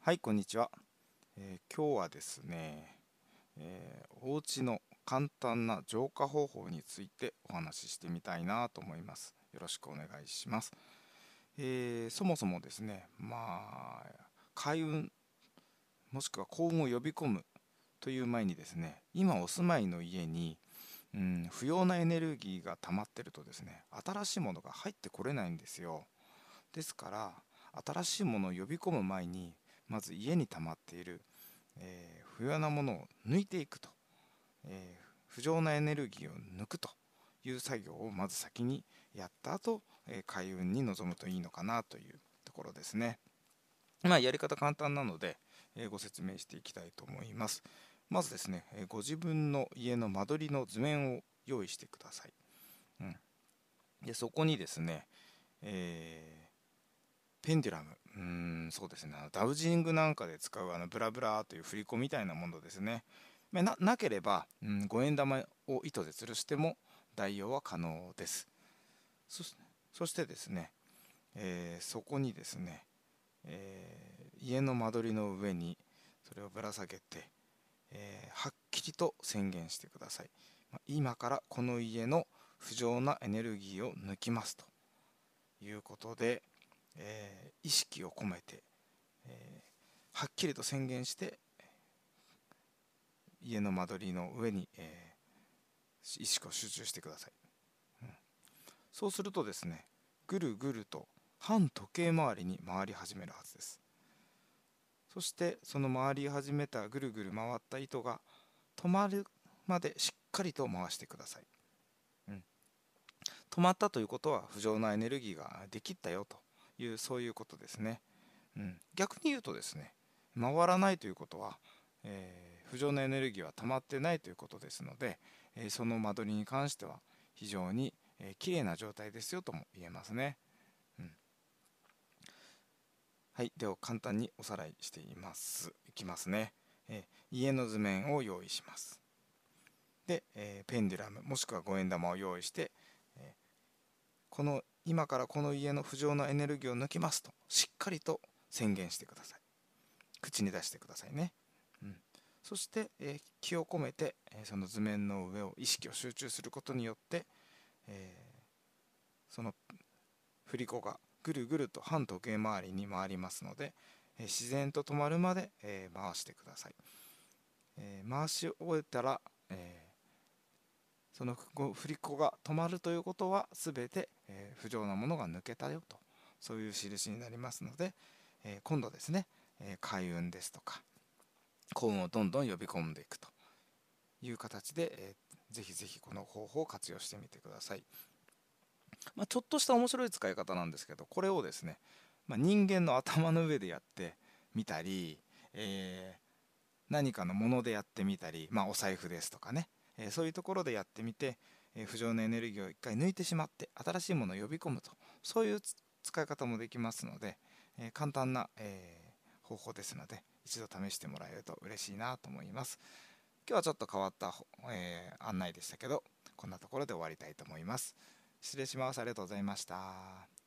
はい、こんにちは。今日はですね、お家の簡単な浄化方法についてお話ししてみたいなと思います。よろしくお願いします。そもそもですね、開運もしくは幸運を呼び込むという前にですね、今お住まいの家に、不要なエネルギーが溜まってるとですね、新しいものが入ってこれないんですよ。ですから、新しいものを呼び込む前に、まず家に溜まっている不要なものを抜いていくと、不浄なエネルギーを抜くという作業をまず先にやった後、開運に臨むといいのかなというところですね。やり方簡単なので、ご説明していきたいと思います。まずですね、ご自分の家の間取りの図面を用意してください。でそこにですね、ペンデュラム、そうですね、ダウジングなんかで使うブラブラという振り子みたいなものですね。なければ、5円玉を糸で吊るしても代用は可能です。そし、そしてですね、そこにですね、家の間取りの上にそれをぶら下げて、はっきりと宣言してください。今からこの家の不浄なエネルギーを抜きますということで、意識を込めて、はっきりと宣言して家の間取りの上に、意識を集中してください。そうするとですね、ぐるぐると反時計回りに回り始めるはずです。そしてその回り始めたぐるぐる回った糸が止まるまでしっかりと回してください。止まったということは不浄なエネルギーができったよというそういうことですね。逆に言うとですね、回らないということは、不浄なエネルギーは溜まってないということですので、その間取りに関しては非常に、綺麗な状態ですよとも言えますね。はい、では簡単におさらいしていきますね。家の図面を用意します。で、ペンデュラムもしくは5円玉を用意して、今からこの家の不浄なエネルギーを抜きますとしっかりと宣言してください。口に出してくださいね。そして、気を込めて、その図面の上を意識を集中することによって、その振り子がぐるぐると反時計回りに回りますので、自然と止まるまで、回してください。回し終えたら、その振り子が止まるということは全て、不浄なものが抜けたよと、そういう印になりますので、今度ですね、開運ですとか幸運をどんどん呼び込んでいくという形で、ぜひぜひこの方法を活用してみてください。ちょっとした面白い使い方なんですけど、これをですね、人間の頭の上でやってみたり、何かのものでやってみたり、お財布ですとかね、そういうところでやってみて、不浄なエネルギーを一回抜いてしまって新しいものを呼び込むと、そういう使い方もできますので、簡単な、方法ですので一度試してもらえると嬉しいなと思います。今日はちょっと変わった、案内でしたけど、こんなところで終わりたいと思います。失礼します。ありがとうございました。